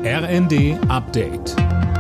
RND Update.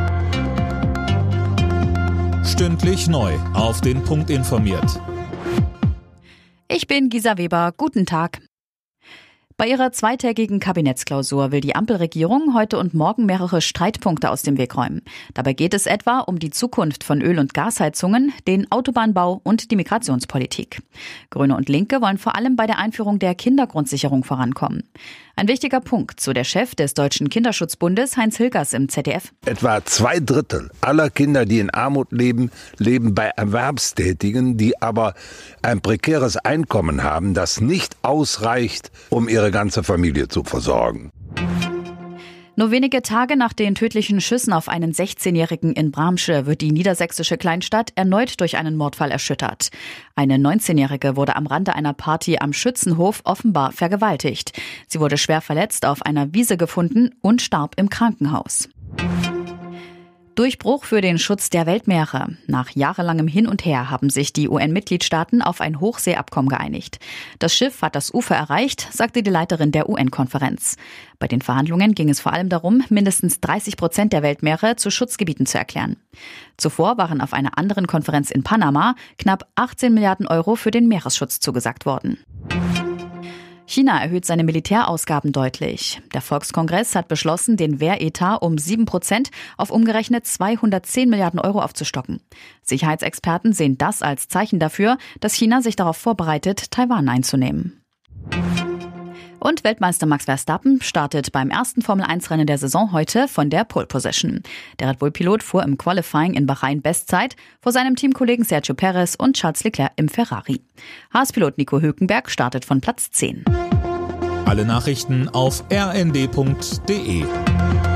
Stündlich neu auf den Punkt informiert. Ich bin Gisa Weber. Guten Tag. Bei ihrer zweitägigen Kabinettsklausur will die Ampelregierung heute und morgen mehrere Streitpunkte aus dem Weg räumen. Dabei geht es etwa um die Zukunft von Öl- und Gasheizungen, den Autobahnbau und die Migrationspolitik. Grüne und Linke wollen vor allem bei der Einführung der Kindergrundsicherung vorankommen. Ein wichtiger Punkt, so der Chef des Deutschen Kinderschutzbundes, Heinz Hilgers im ZDF. Etwa 2/3 aller Kinder, die in Armut leben, leben bei Erwerbstätigen, die aber ein prekäres Einkommen haben, das nicht ausreicht, um ihre ganze Familie zu versorgen. Nur wenige Tage nach den tödlichen Schüssen auf einen 16-Jährigen in Bramsche wird die niedersächsische Kleinstadt erneut durch einen Mordfall erschüttert. Eine 19-Jährige wurde am Rande einer Party am Schützenhof offenbar vergewaltigt. Sie wurde schwer verletzt auf einer Wiese gefunden und starb im Krankenhaus. Durchbruch für den Schutz der Weltmeere. Nach jahrelangem Hin und Her haben sich die UN-Mitgliedstaaten auf ein Hochseeabkommen geeinigt. Das Schiff hat das Ufer erreicht, sagte die Leiterin der UN-Konferenz. Bei den Verhandlungen ging es vor allem darum, mindestens 30% der Weltmeere zu Schutzgebieten zu erklären. Zuvor waren auf einer anderen Konferenz in Panama knapp 18 Milliarden Euro für den Meeresschutz zugesagt worden. China erhöht seine Militärausgaben deutlich. Der Volkskongress hat beschlossen, den Wehretat um 7% auf umgerechnet 210 Milliarden Euro aufzustocken. Sicherheitsexperten sehen das als Zeichen dafür, dass China sich darauf vorbereitet, Taiwan einzunehmen. Und Weltmeister Max Verstappen startet beim ersten Formel-1-Rennen der Saison heute von der Pole Position. Der Red Bull-Pilot fuhr im Qualifying in Bahrain Bestzeit vor seinem Teamkollegen Sergio Perez und Charles Leclerc im Ferrari. Haas-Pilot Nico Hülkenberg startet von Platz 10. Alle Nachrichten auf rnd.de.